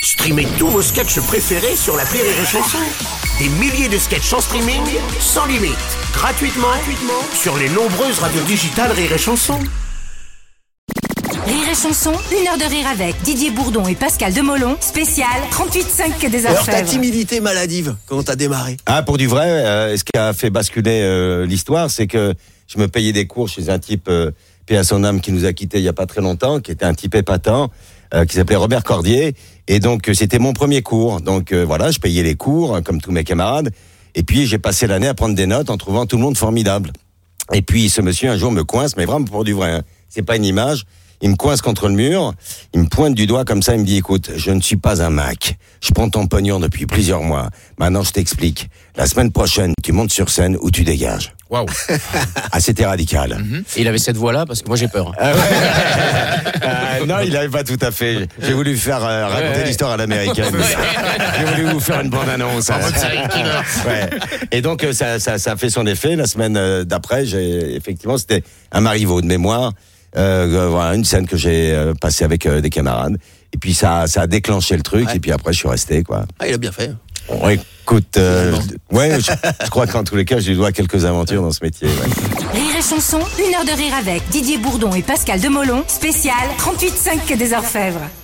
Streamez tous vos sketchs préférés sur l'appli Rire et Chanson. Des milliers de sketchs en streaming, sans limite, gratuitement sur les nombreuses radios digitales Rire et Chanson. Rire et Chanson, 1 heure de rire avec Didier Bourdon et Pascal Demolon, spécial 38,5 des Alors ta orfèvres. timidité maladive, comment t'as démarré? Ah, pour du vrai, ce qui a fait basculer l'histoire, c'est que je me payais des cours chez un type, paix à son âme, qui nous a quittés il y a pas très longtemps, qui était un type épatant, qui s'appelait Robert Cordier. Et donc, c'était mon premier cours. Donc voilà, je payais les cours, comme tous mes camarades. Et puis, j'ai passé l'année à prendre des notes en trouvant tout le monde formidable. Et puis, ce monsieur, un jour, me coince, mais vraiment pour du vrai, hein. C'est pas une image. Il me coince contre le mur, il me pointe du doigt comme ça, il me dit, écoute, je ne suis pas un Mac. Je prends ton pognon depuis plusieurs mois. Maintenant, je t'explique. La semaine prochaine, tu montes sur scène ou tu dégages. Waouh. Ah, c'était radical. Et il avait cette voix-là parce que moi j'ai peur. Non, il n'avait pas tout à fait. J'ai voulu faire raconter l'histoire à l'américaine. J'ai voulu vous faire une bande-annonce. Ouais. Et donc, ça a fait son effet. La semaine d'après, effectivement, c'était un Marivaux de mémoire. Voilà, une scène que j'ai passée avec des camarades. Et puis, ça a déclenché le truc. Ouais. Et puis après, je suis resté, quoi. Ah, il a bien fait. Bon, écoute, ouais, je crois qu'en tous les cas, je lui dois quelques aventures dans ce métier. Ouais. Rire et Chanson, 1 heure de rire avec Didier Bourdon et Pascal Demolon, spécial 38,5 des orfèvres.